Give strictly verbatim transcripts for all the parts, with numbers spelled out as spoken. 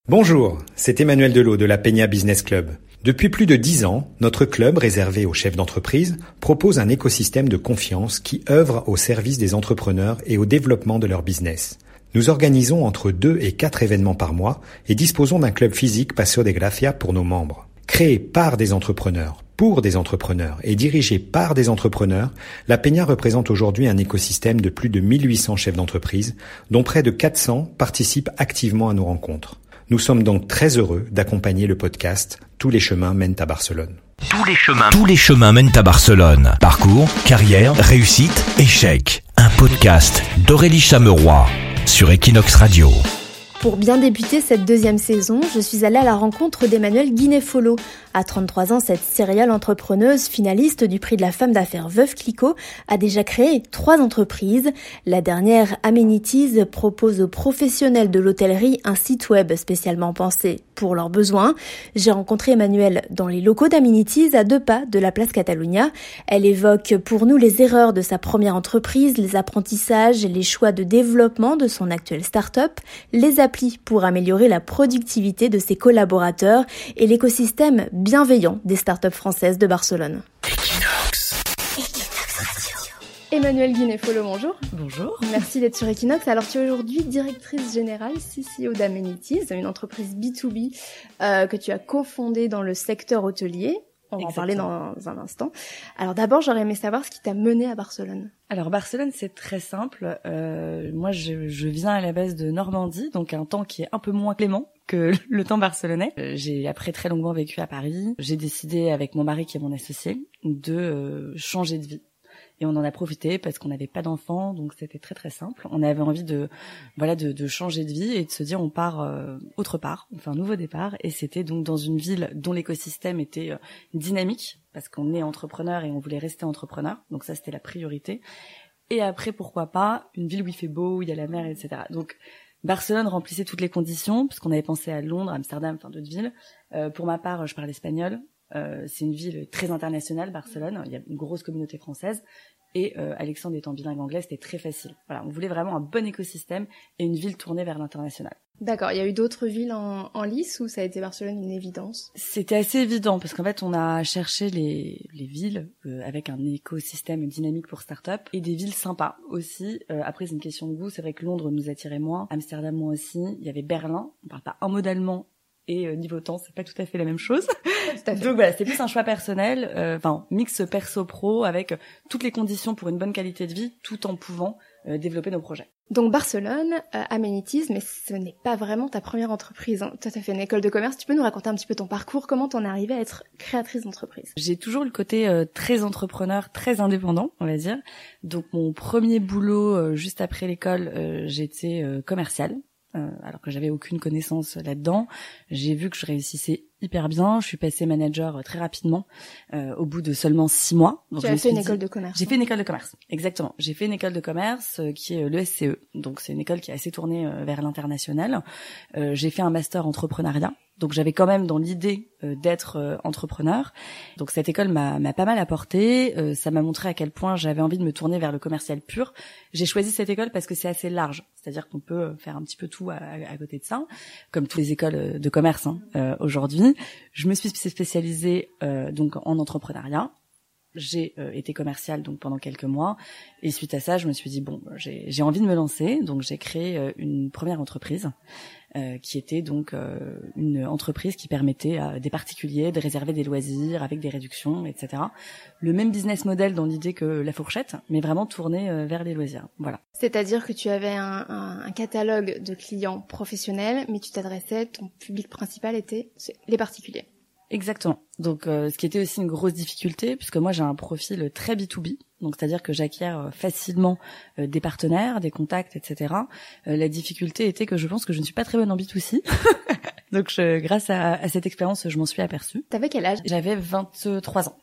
Bonjour, c'est Emmanuel Delot de la Peña Business Club. Depuis plus de dix ans, notre club réservé aux chefs d'entreprise propose un écosystème de confiance qui œuvre au service des entrepreneurs et au développement de leur business. Nous organisons entre deux et quatre événements par mois et disposons d'un club physique Paseo de Gracia pour nos membres. Créé par des entrepreneurs, pour des entrepreneurs et dirigé par des entrepreneurs, la Peña représente aujourd'hui un écosystème de plus de mille huit cents chefs d'entreprise, dont près de quatre cents participent activement à nos rencontres. Nous sommes donc très heureux d'accompagner le podcast « Tous les chemins mènent à Barcelone ». Tous les chemins, tous les chemins mènent à Barcelone. Parcours, carrière, réussite, échec. Un podcast d'Aurélie Chameroy sur Equinox Radio. Pour bien débuter cette deuxième saison, je suis allée à la rencontre d'Emmanuelle Guinéfolo. À trente-trois ans, cette serial entrepreneuse, finaliste du prix de la femme d'affaires Veuve Clicquot, a déjà créé trois entreprises. La dernière, Amenities, propose aux professionnels de l'hôtellerie un site web spécialement pensé pour leurs besoins. J'ai rencontré Emmanuelle dans les locaux d'Amenities à deux pas de la place Catalunya. Elle évoque pour nous les erreurs de sa première entreprise, les apprentissages et les choix de développement de son actuelle start-up, les applis pour améliorer la productivité de ses collaborateurs et l'écosystème bienveillant des startups françaises de Barcelone. Equinox. Emmanuelle Guinéfolo, bonjour. Bonjour. Merci d'être sur Equinox. Alors, tu es aujourd'hui directrice générale, C C O d'Amenities, une entreprise B deux B euh, que tu as cofondée dans le secteur hôtelier. On va Exactement. en parler dans un instant. Alors d'abord, j'aurais aimé savoir ce qui t'a mené à Barcelone. Alors Barcelone, c'est très simple. Euh, moi, je, je viens à la base de Normandie, donc un temps qui est un peu moins clément que le temps barcelonais. Euh, j'ai après très longuement vécu à Paris. J'ai décidé avec mon mari, qui est mon associé, de euh, changer de vie. Et on en a profité parce qu'on n'avait pas d'enfants, donc c'était très très simple. On avait envie de, voilà, de, de changer de vie et de se dire on part euh, autre part, on fait un nouveau départ. Et c'était donc dans une ville dont l'écosystème était euh, dynamique parce qu'on est entrepreneur et on voulait rester entrepreneur. Donc ça c'était la priorité. Et après pourquoi pas une ville où il fait beau, où il y a la mer, et cetera. Donc Barcelone remplissait toutes les conditions puisqu'on avait pensé à Londres, Amsterdam, enfin d'autres villes. Euh, pour ma part, je parle espagnol. Euh, c'est une ville très internationale, Barcelone. Il y a une grosse communauté française. Et euh, Alexandre étant bilingue anglais, c'était très facile. Voilà, on voulait vraiment un bon écosystème et une ville tournée vers l'international. D'accord, il y a eu d'autres villes en, en lice ou ça a été Barcelone une évidence? C'était assez évident parce qu'en fait, on a cherché les, les villes euh, avec un écosystème dynamique pour start-up et des villes sympas aussi. Euh, après, c'est une question de goût. C'est vrai que Londres nous attirait moins, Amsterdam moins aussi. Il y avait Berlin. On parle pas un mot d'allemand. Et euh, niveau temps, c'est pas tout à fait la même chose. Tout à fait. Donc voilà, c'est plus un choix personnel, euh, enfin mix perso-pro avec toutes les conditions pour une bonne qualité de vie, tout en pouvant euh, développer nos projets. Donc Barcelone, euh, Amenities, mais ce n'est pas vraiment ta première entreprise. Hein. Toi, tu as fait une école de commerce. Tu peux nous raconter un petit peu ton parcours, comment t'en es arrivée à être créatrice d'entreprise? J'ai toujours le côté euh, très entrepreneur, très indépendant, on va dire. Donc mon premier boulot, euh, juste après l'école, euh, j'étais euh, commerciale. Euh, alors que j'avais aucune connaissance là-dedans. J'ai vu que je réussissais hyper bien. Je suis passée manager euh, très rapidement, euh, au bout de seulement six mois. Donc Tu je as me fait suis une dit- école de commerce. J'ai fait une école de commerce, exactement. J'ai fait une école de commerce euh, qui est euh, l'E S C E. Donc c'est une école qui est assez tournée euh, vers l'international. Euh, j'ai fait un master entrepreneuriat. Donc j'avais quand même dans l'idée euh, d'être euh, entrepreneur. Donc cette école m'a, m'a pas mal apporté. Euh, ça m'a montré à quel point j'avais envie de me tourner vers le commercial pur. J'ai choisi cette école parce que c'est assez large. C'est-à-dire qu'on peut faire un petit peu tout à, à, à côté de ça, comme toutes les écoles de commerce hein, euh, aujourd'hui. Je me suis spécialisée euh, donc en entrepreneuriat. J'ai euh, été commerciale donc pendant quelques mois et suite à ça, je me suis dit bon, j'ai, j'ai envie de me lancer, donc j'ai créé euh, une première entreprise euh, qui était donc euh, une entreprise qui permettait à des particuliers de réserver des loisirs avec des réductions, et cetera. Le même business model dans l'idée que la fourchette, mais vraiment tourné euh, vers les loisirs. Voilà. C'est-à-dire que tu avais un, un, un catalogue de clients professionnels, mais tu t'adressais, ton public principal était les particuliers. Exactement. Donc, euh, ce qui était aussi une grosse difficulté, puisque moi j'ai un profil très B deux B, donc c'est-à-dire que j'acquiers facilement euh, des partenaires, des contacts, et cetera. Euh, la difficulté était que je pense que je ne suis pas très bonne en B deux C. Donc, je, grâce à, à cette expérience, je m'en suis aperçue. T'avais quel âge? J'avais vingt-trois ans.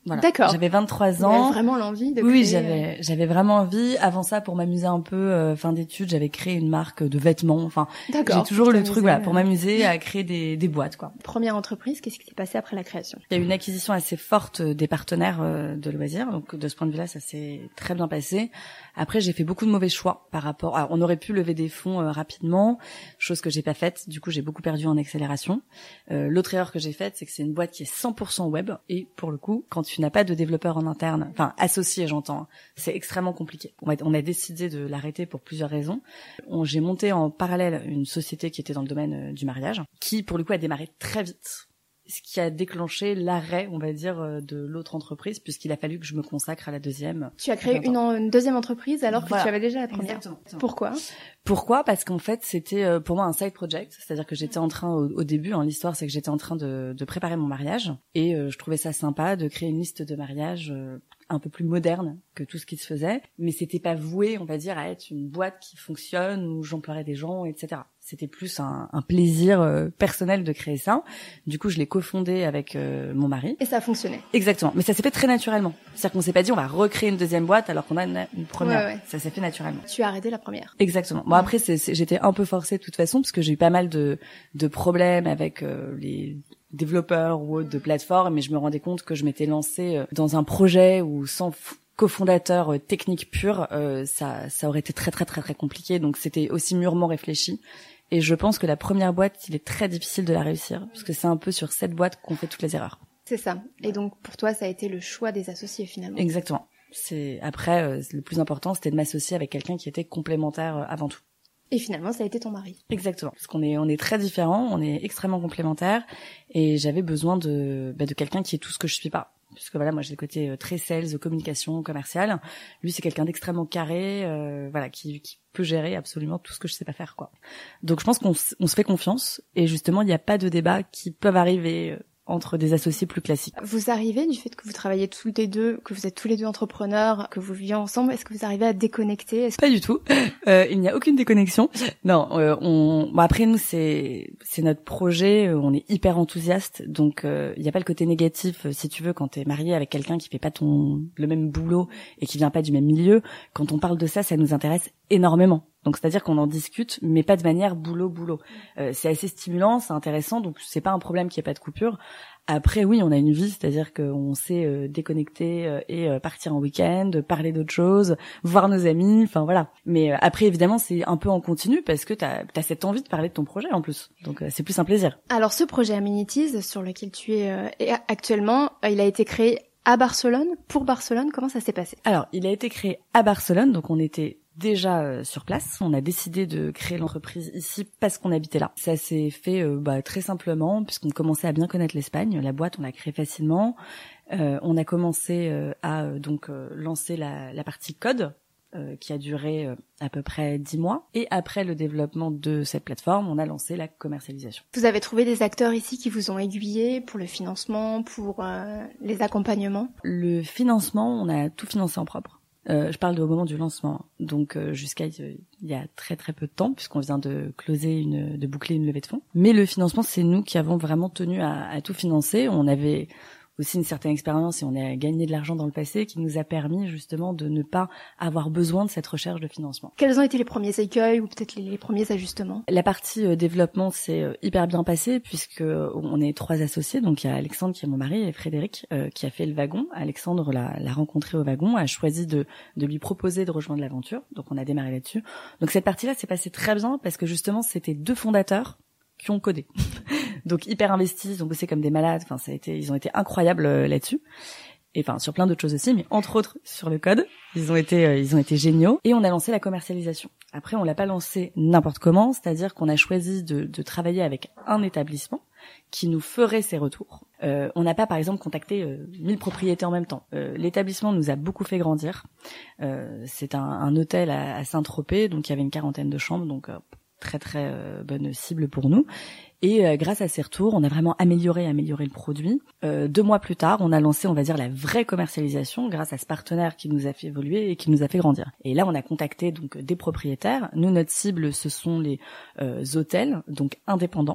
Voilà. D'accord. J'avais vingt-trois ans. J'avais vraiment l'envie de Oui, créer... j'avais j'avais vraiment envie. Avant ça, pour m'amuser un peu, euh, fin d'études, j'avais créé une marque de vêtements. Enfin, D'accord. J'ai toujours le truc, voilà, pour euh... m'amuser à créer des des boîtes, quoi. Première entreprise, qu'est-ce qui s'est passé après la création? Il y a eu une acquisition assez forte des partenaires euh, de loisirs, donc de ce point de vue-là, ça s'est très bien passé. Après, j'ai fait beaucoup de mauvais choix par rapport. Alors, on aurait pu lever des fonds euh, rapidement, chose que j'ai pas faite. Du coup, j'ai beaucoup perdu en accélération. Euh, l'autre erreur que j'ai faite, c'est que c'est une boîte qui est cent pour cent web, et pour le coup, quand tu n'as pas de développeur en interne, enfin associé, j'entends, c'est extrêmement compliqué. On a, on a décidé de l'arrêter pour plusieurs raisons. On, j'ai monté en parallèle une société qui était dans le domaine euh, du mariage, qui pour le coup a démarré très vite, ce qui a déclenché l'arrêt, on va dire, de l'autre entreprise, puisqu'il a fallu que je me consacre à la deuxième. Tu as créé une, une deuxième entreprise alors que voilà. Tu avais déjà la première. Exactement. Pourquoi Pourquoi Parce qu'en fait, c'était pour moi un side project, c'est-à-dire que j'étais en train, au, au début, hein, l'histoire c'est que j'étais en train de, de préparer mon mariage, et euh, je trouvais ça sympa de créer une liste de mariage euh, un peu plus moderne que tout ce qui se faisait, mais c'était pas voué, on va dire, à être une boîte qui fonctionne, où j'emploierais des gens, et cetera. C'était plus un, un plaisir euh, personnel de créer ça. Du coup, je l'ai cofondé avec euh, mon mari. Et ça a fonctionné. Exactement. Mais ça s'est fait très naturellement. C'est-à-dire qu'on s'est pas dit on va recréer une deuxième boîte alors qu'on a une, une première. Ouais, ouais. Ça s'est fait naturellement. Tu as arrêté la première. Exactement. Bon, après, c'est, c'est, j'étais un peu forcée de toute façon parce que j'ai eu pas mal de, de problèmes avec euh, les développeurs ou autres de plateformes, mais je me rendais compte que je m'étais lancée euh, dans un projet où sans f- cofondateur euh, technique pur, euh, ça, ça aurait été très très très très compliqué. Donc c'était aussi mûrement réfléchi. Et je pense que la première boîte, il est très difficile de la réussir, parce que c'est un peu sur cette boîte qu'on fait toutes les erreurs. C'est ça. Et donc, pour toi, ça a été le choix des associés, finalement. Exactement. C'est, après, euh, le plus important, c'était de m'associer avec quelqu'un qui était complémentaire euh, avant tout. Et finalement, ça a été ton mari. Exactement. Parce qu'on est, on est très différents, on est extrêmement complémentaires, et j'avais besoin de, bah, de quelqu'un qui est tout ce que je suis pas. Puisque voilà, moi j'ai le côté euh, très sales, communication, commercial. Lui, c'est quelqu'un d'extrêmement carré, euh, voilà, qui, qui peut gérer absolument tout ce que je sais pas faire, quoi. Donc je pense qu'on s- on se fait confiance, et justement, il n'y a pas de débats qui peuvent arriver euh, entre des associés plus classiques. Vous arrivez, du fait que vous travaillez tous les deux, que vous êtes tous les deux entrepreneurs, que vous vivez ensemble, est-ce que vous arrivez à déconnecter? Est-ce que... Pas du tout. Euh, il n'y a aucune déconnexion. Non, euh, on. Bon, après nous, c'est c'est notre projet. Euh, on est hyper enthousiaste, donc euh, il n'y a pas le côté négatif. Euh, si tu veux, quand t'es marié avec quelqu'un qui fait pas ton le même boulot et qui vient pas du même milieu, quand on parle de ça, ça nous intéresse énormément. Donc c'est-à-dire qu'on en discute, mais pas de manière boulot boulot. Euh, c'est assez stimulant, c'est intéressant, donc c'est pas un problème qu'il n'y ait pas de coupure. Après oui, on a une vie, c'est-à-dire qu'on sait euh, déconnecter euh, et euh, partir en week-end, parler d'autres choses, voir nos amis, enfin voilà. Mais euh, après évidemment c'est un peu en continu parce que t'as t'as cette envie de parler de ton projet en plus, donc euh, c'est plus un plaisir. Alors ce projet Amenities sur lequel tu es euh, actuellement, euh, il a été créé à Barcelone, pour Barcelone. Comment ça s'est passé? Alors il a été créé à Barcelone, donc on était déjà euh, sur place. On a décidé de créer l'entreprise ici parce qu'on habitait là. Ça s'est fait euh, bah, très simplement puisqu'on commençait à bien connaître l'Espagne. La boîte, on l'a créée facilement. Euh, on a commencé euh, à euh, donc euh, lancer la, la partie code euh, qui a duré euh, à peu près dix mois. Et après le développement de cette plateforme, on a lancé la commercialisation. Vous avez trouvé des acteurs ici qui vous ont aiguillé pour le financement, pour euh, les accompagnements? Le financement, on a tout financé en propre. Euh, je parle de au moment du lancement, donc euh, jusqu'à il y a très très peu de temps puisqu'on vient de closer une, de boucler une levée de fonds. Mais le financement, c'est nous qui avons vraiment tenu à, à tout financer. On avait aussi une certaine expérience et on a gagné de l'argent dans le passé qui nous a permis justement de ne pas avoir besoin de cette recherche de financement. Quels ont été les premiers écueils ou peut-être les, les premiers ajustements? La partie euh, développement s'est euh, hyper bien passée puisque euh, on est trois associés, donc il y a Alexandre qui est mon mari et Frédéric euh, qui a fait le wagon. Alexandre l'a, l'a rencontré au wagon, a choisi de, de lui proposer de rejoindre l'aventure, donc on a démarré là-dessus. Donc cette partie-là s'est passée très bien parce que justement c'était deux fondateurs qui ont codé. Donc hyper investis, ils ont bossé comme des malades, enfin ça a été, ils ont été incroyables euh, là-dessus. Et enfin sur plein d'autres choses aussi, mais entre autres sur le code, ils ont été euh, ils ont été géniaux et on a lancé la commercialisation. Après on l'a pas lancé n'importe comment, c'est-à-dire qu'on a choisi de de travailler avec un établissement qui nous ferait ses retours. Euh, on n'a pas par exemple contacté euh, mille propriétés en même temps. Euh, l'établissement nous a beaucoup fait grandir. Euh, c'est un, un hôtel à, à Saint-Tropez, donc il y avait une quarantaine de chambres, donc euh, très très euh, bonne cible pour nous. Et euh, grâce à ces retours, on a vraiment amélioré, amélioré le produit. Euh, deux mois plus tard, on a lancé, on va dire, la vraie commercialisation grâce à ce partenaire qui nous a fait évoluer et qui nous a fait grandir. Et là, on a contacté donc des propriétaires. Nous, notre cible, ce sont les euh, hôtels, donc indépendants.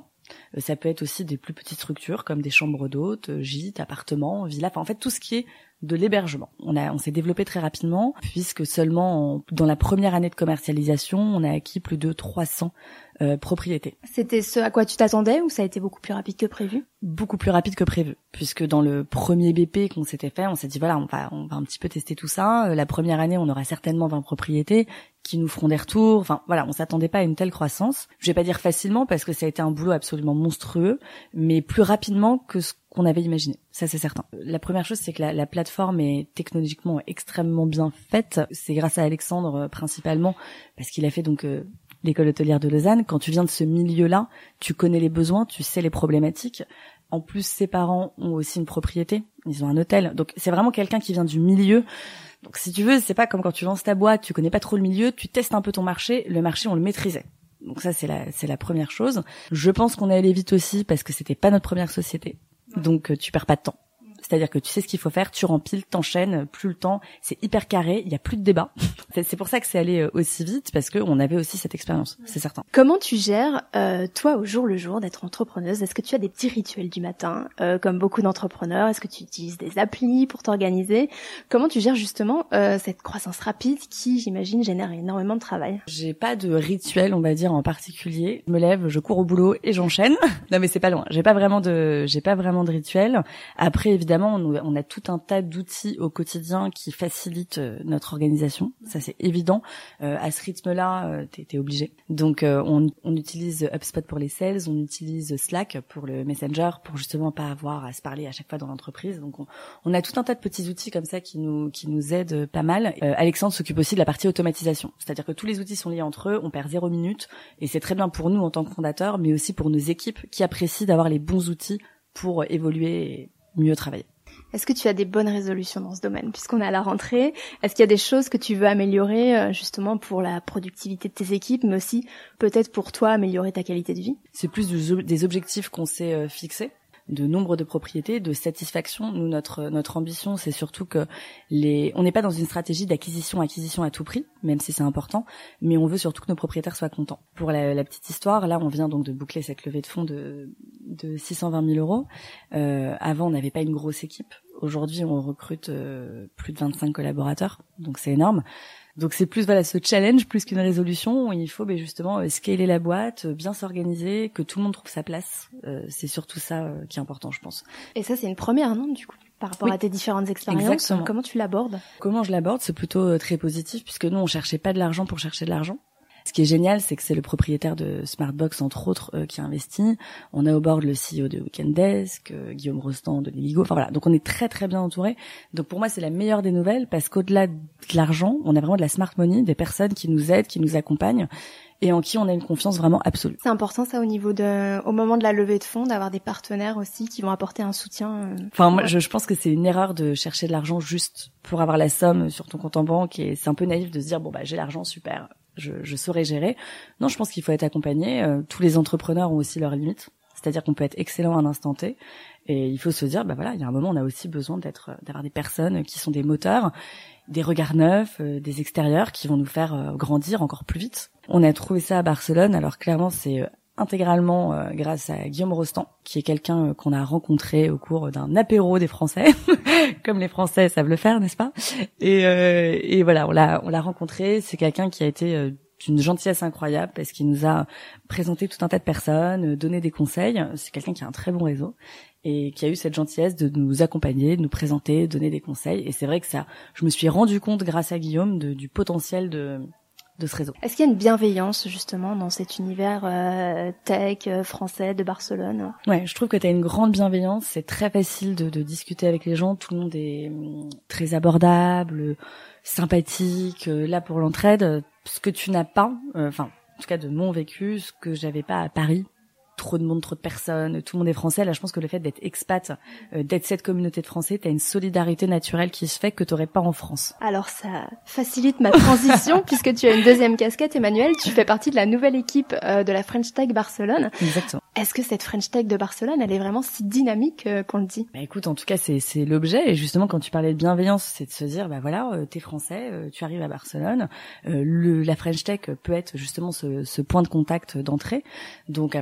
Euh, ça peut être aussi des plus petites structures comme des chambres d'hôtes, euh, gîtes, appartements, villas, enfin en fait tout ce qui est de l'hébergement. On a, on s'est développé très rapidement puisque seulement en, dans la première année de commercialisation, on a acquis plus de trois cents euh, propriétés. C'était ce à quoi tu t'attendais ou ça a été beaucoup plus rapide que prévu? Beaucoup plus rapide que prévu, puisque dans le premier B P qu'on s'était fait, on s'est dit voilà, on va, on va un petit peu tester tout ça. La première année, on aura certainement vingt propriétés qui nous feront des retours. Enfin voilà, on s'attendait pas à une telle croissance. Je vais pas dire facilement parce que ça a été un boulot absolument monstrueux, mais plus rapidement que ce qu'on avait imaginé. Ça c'est certain. La première chose, c'est que la, la plateforme est technologiquement extrêmement bien faite. C'est grâce à Alexandre euh, principalement parce qu'il a fait donc euh, l'école hôtelière de Lausanne. Quand tu viens de ce milieu-là, tu connais les besoins, tu sais les problématiques. En plus, ses parents ont aussi une propriété. Ils ont un hôtel. Donc, c'est vraiment quelqu'un qui vient du milieu. Donc, si tu veux, c'est pas comme quand tu lances ta boîte, tu connais pas trop le milieu, tu testes un peu ton marché. Le marché, on le maîtrisait. Donc ça, c'est la, c'est la première chose. Je pense qu'on est allé vite aussi parce que c'était pas notre première société. Donc, tu perds pas de temps. C'est-à-dire que tu sais ce qu'il faut faire, tu rempiles, t'enchaînes, plus le temps, c'est hyper carré, il y a plus de débat. C'est pour ça que c'est allé aussi vite, parce que on avait aussi cette expérience, c'est certain. Comment tu gères, euh, toi, au jour le jour, d'être entrepreneuse? Est-ce que tu as des petits rituels du matin, euh, comme beaucoup d'entrepreneurs? Est-ce que tu utilises des applis pour t'organiser? Comment tu gères justement euh, cette croissance rapide qui, j'imagine, génère énormément de travail? J'ai pas de rituel, on va dire, en particulier. Je me lève, je cours au boulot et j'enchaîne. Non mais c'est pas loin. J'ai pas vraiment de, j'ai pas vraiment de rituel. Après, évidemment, on a tout un tas d'outils au quotidien qui facilitent notre organisation. Ça, c'est évident. Euh, à ce rythme-là, euh, t'es, t'es obligé. Donc, euh, on, on utilise HubSpot pour les sales, on utilise Slack pour le Messenger, pour justement pas avoir à se parler à chaque fois dans l'entreprise. Donc, on, on a tout un tas de petits outils comme ça qui nous qui nous aident pas mal. Euh, Alexandre s'occupe aussi de la partie automatisation. C'est-à-dire que tous les outils sont liés entre eux, on perd zéro minute, et c'est très bien pour nous en tant que fondateurs, mais aussi pour nos équipes qui apprécient d'avoir les bons outils pour évoluer et mieux travailler. Est-ce que tu as des bonnes résolutions dans ce domaine? Puisqu'on est à la rentrée, est-ce qu'il y a des choses que tu veux améliorer justement pour la productivité de tes équipes, mais aussi peut-être pour toi améliorer ta qualité de vie? C'est plus des objectifs qu'on s'est fixés, de nombre de propriétés, de satisfaction. Nous, notre notre ambition, c'est surtout que les, on n'est pas dans une stratégie d'acquisition, acquisition à tout prix, même si c'est important, mais on veut surtout que nos propriétaires soient contents. Pour la, la petite histoire, là, on vient donc de boucler cette levée de fonds de de six cent vingt mille euros. Euh, avant, on n'avait pas une grosse équipe. Aujourd'hui, on recrute euh, plus de vingt-cinq collaborateurs, donc c'est énorme. Donc c'est plus voilà ce challenge plus qu'une résolution. Il faut ben, justement euh, scaler la boîte, euh, bien s'organiser, que tout le monde trouve sa place. Euh, c'est surtout ça euh, qui est important, je pense. Et ça, c'est une première, non, du coup, par rapport oui. à tes différentes expériences. Exactement. Comment tu l'abordes? Comment je l'aborde, c'est plutôt euh, très positif, puisque nous, on cherchait pas de l'argent pour chercher de l'argent. Ce qui est génial, c'est que c'est le propriétaire de Smartbox, entre autres, euh, qui a investi. On a au board le C E O de Weekend Desk, euh, Guillaume Rostand de Liligo. Enfin voilà, donc on est très très bien entouré. Donc pour moi, c'est la meilleure des nouvelles parce qu'au-delà de l'argent, on a vraiment de la smart money, des personnes qui nous aident, qui nous accompagnent et en qui on a une confiance vraiment absolue. C'est important ça au niveau de, au moment de la levée de fonds, d'avoir des partenaires aussi qui vont apporter un soutien. Euh... Enfin moi, je, je pense que c'est une erreur de chercher de l'argent juste pour avoir la somme sur ton compte en banque et c'est un peu naïf de se dire bon bah j'ai l'argent, super. Je, je saurais gérer. Non, je pense qu'il faut être accompagné. Euh, tous les entrepreneurs ont aussi leurs limites. C'est-à-dire qu'on peut être excellent à l'instant T. Et il faut se dire, bah voilà, il y a un moment, on a aussi besoin d'être, d'avoir des personnes qui sont des moteurs, des regards neufs, euh, des extérieurs qui vont nous faire euh, grandir encore plus vite. On a trouvé ça à Barcelone. Alors clairement, c'est euh, intégralement euh, grâce à Guillaume Rostand, qui est quelqu'un euh, qu'on a rencontré au cours d'un apéro des Français, comme les Français savent le faire, n'est-ce pas? Et, euh, et voilà, on l'a, on l'a rencontré. C'est quelqu'un qui a été euh, d'une gentillesse incroyable parce qu'il nous a présenté tout un tas de personnes, euh, donné des conseils. C'est quelqu'un qui a un très bon réseau et qui a eu cette gentillesse de nous accompagner, de nous présenter, donner des conseils. Et c'est vrai que ça, je me suis rendu compte grâce à Guillaume de, du potentiel de de ce réseau. Est-ce qu'il y a une bienveillance justement dans cet univers euh, tech euh, français de Barcelone? Ouais, je trouve que tu as une grande bienveillance, c'est très facile de, de discuter avec les gens, tout le monde est hum, très abordable, sympathique, là pour l'entraide, ce que tu n'as pas, enfin euh, en tout cas de mon vécu, ce que j'avais pas à Paris. Trop de monde, trop de personnes, tout le monde est français. Là, je pense que le fait d'être expat, euh, d'être cette communauté de Français, t'as une solidarité naturelle qui se fait que t'aurais pas en France. Alors, ça facilite ma transition puisque tu as une deuxième casquette, Emmanuel. Tu fais partie de la nouvelle équipe euh, de la French Tech Barcelone. Exactement. Est-ce que cette French Tech de Barcelone, elle est vraiment si dynamique euh, qu'on le dit? Bah écoute, en tout cas, c'est c'est l'objet. Et justement, quand tu parlais de bienveillance, c'est de se dire, bah voilà, euh, t'es français, euh, tu arrives à Barcelone. Euh, le la French Tech peut être justement ce, ce point de contact d'entrée. Donc après, euh,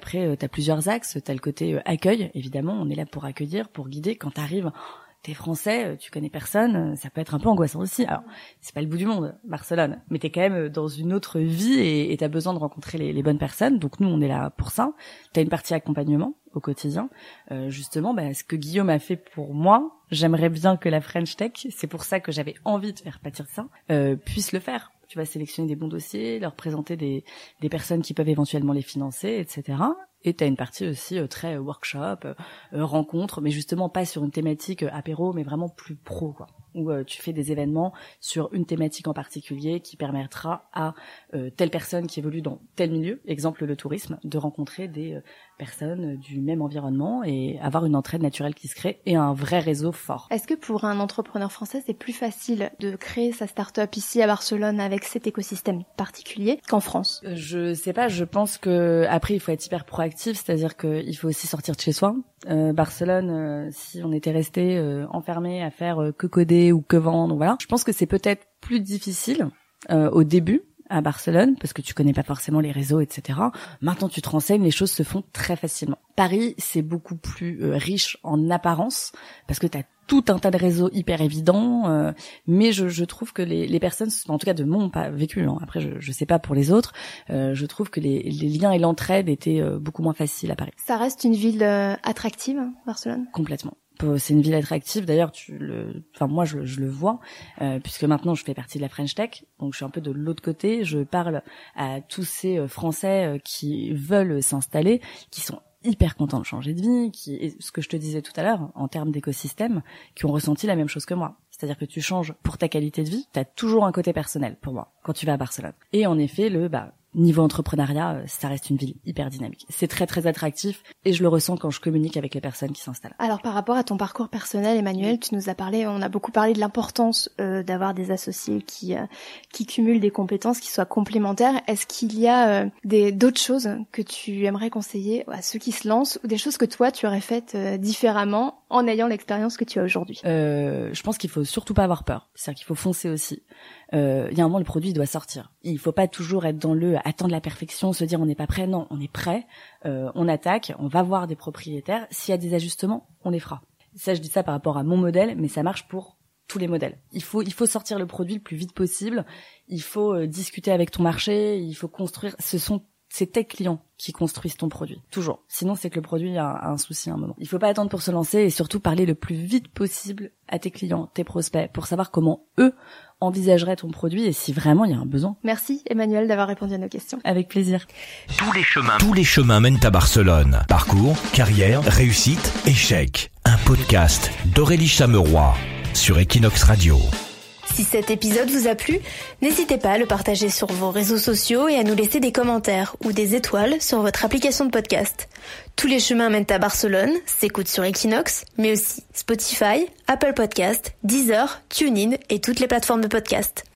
t'as plusieurs axes. T'as le côté euh, accueil, évidemment, on est là pour accueillir, pour guider. Quand t'arrives, t'es français, tu connais personne, ça peut être un peu angoissant aussi. Alors, c'est pas le bout du monde, Barcelone, mais t'es quand même dans une autre vie et, et t'as besoin de rencontrer les, les bonnes personnes. Donc nous, on est là pour ça. T'as une partie accompagnement au quotidien. Euh, justement, bah, ce que Guillaume a fait pour moi, j'aimerais bien que la French Tech, c'est pour ça que j'avais envie de faire pâtir ça, euh, puisse le faire. Tu vas sélectionner des bons dossiers, leur présenter des, des personnes qui peuvent éventuellement les financer, et cetera. Et t'as une partie aussi euh, très workshop, euh, rencontre, mais justement pas sur une thématique euh, apéro, mais vraiment plus pro, quoi. Où euh, tu fais des événements sur une thématique en particulier qui permettra à euh, telle personne qui évolue dans tel milieu, exemple le tourisme, de rencontrer des euh, personnes du même environnement et avoir une entraide naturelle qui se crée et un vrai réseau fort. Est-ce que pour un entrepreneur français, c'est plus facile de créer sa start-up ici à Barcelone avec cet écosystème particulier qu'en France? Je sais pas, je pense que après il faut être hyper proactif, c'est-à-dire qu'il faut aussi sortir de chez soi. Euh, Barcelone, euh, si on était resté euh, enfermé à faire euh, que coder ou que vendre, voilà. Je pense que c'est peut-être plus difficile euh, au début à Barcelone parce que tu connais pas forcément les réseaux, et cetera. Maintenant, tu te renseignes, les choses se font très facilement. Paris, c'est beaucoup plus euh, riche en apparence parce que t'as tout un tas de réseaux hyper évidents, euh, mais je, je trouve que les, les personnes, en tout cas de mon pas vécu, hein, après je, je sais pas pour les autres, euh, je trouve que les, les liens et l'entraide étaient euh, beaucoup moins faciles à Paris. Ça reste une ville euh, attractive, Barcelone? Complètement. C'est une ville attractive. D'ailleurs, tu le, enfin moi je, je le vois, euh, puisque maintenant je fais partie de la French Tech, donc je suis un peu de l'autre côté. Je parle à tous ces euh, Français euh, qui veulent s'installer, qui sont hyper contents de changer de vie, qui, et ce que je te disais tout à l'heure en termes d'écosystème, qui ont ressenti la même chose que moi. C'est-à-dire que tu changes pour ta qualité de vie, t'as toujours un côté personnel pour moi quand tu vas à Barcelone. Et en effet, le bah niveau entrepreneuriat, ça reste une ville hyper dynamique. C'est très très attractif et je le ressens quand je communique avec les personnes qui s'installent. Alors par rapport à ton parcours personnel, Emmanuel, tu nous as parlé, on a beaucoup parlé de l'importance euh, d'avoir des associés qui euh, qui cumulent des compétences qui soient complémentaires. Est-ce qu'il y a euh, des d'autres choses que tu aimerais conseiller à ceux qui se lancent ou des choses que toi tu aurais faites euh, différemment en ayant l'expérience que tu as aujourd'hui? euh, Je pense qu'il faut surtout pas avoir peur. C'est-à-dire qu'il faut foncer aussi. Euh, il y a un moment, le produit doit sortir. Il faut pas toujours être dans le attendre la perfection, se dire on n'est pas prêt. Non, on est prêt. Euh, on attaque. On va voir des propriétaires. S'il y a des ajustements, on les fera. Ça, je dis ça par rapport à mon modèle, mais ça marche pour tous les modèles. Il faut, il faut sortir le produit le plus vite possible. Il faut euh, discuter avec ton marché. Il faut construire. Ce sont c'est tes clients qui construisent ton produit, toujours. Sinon, c'est que le produit a, a un souci à un moment. Il faut pas attendre pour se lancer et surtout parler le plus vite possible à tes clients, tes prospects, pour savoir comment eux envisageraient ton produit et si vraiment il y a un besoin. Merci Emmanuel d'avoir répondu à nos questions. Avec plaisir. Tous les chemins, tous les chemins mènent à Barcelone. Parcours, carrière, réussite, échec. Un podcast d'Aurélie Chameroy sur Equinox Radio. Si cet épisode vous a plu, n'hésitez pas à le partager sur vos réseaux sociaux et à nous laisser des commentaires ou des étoiles sur votre application de podcast. Tous les chemins mènent à Barcelone, s'écoute sur Equinox, mais aussi Spotify, Apple Podcast, Deezer, TuneIn et toutes les plateformes de podcast.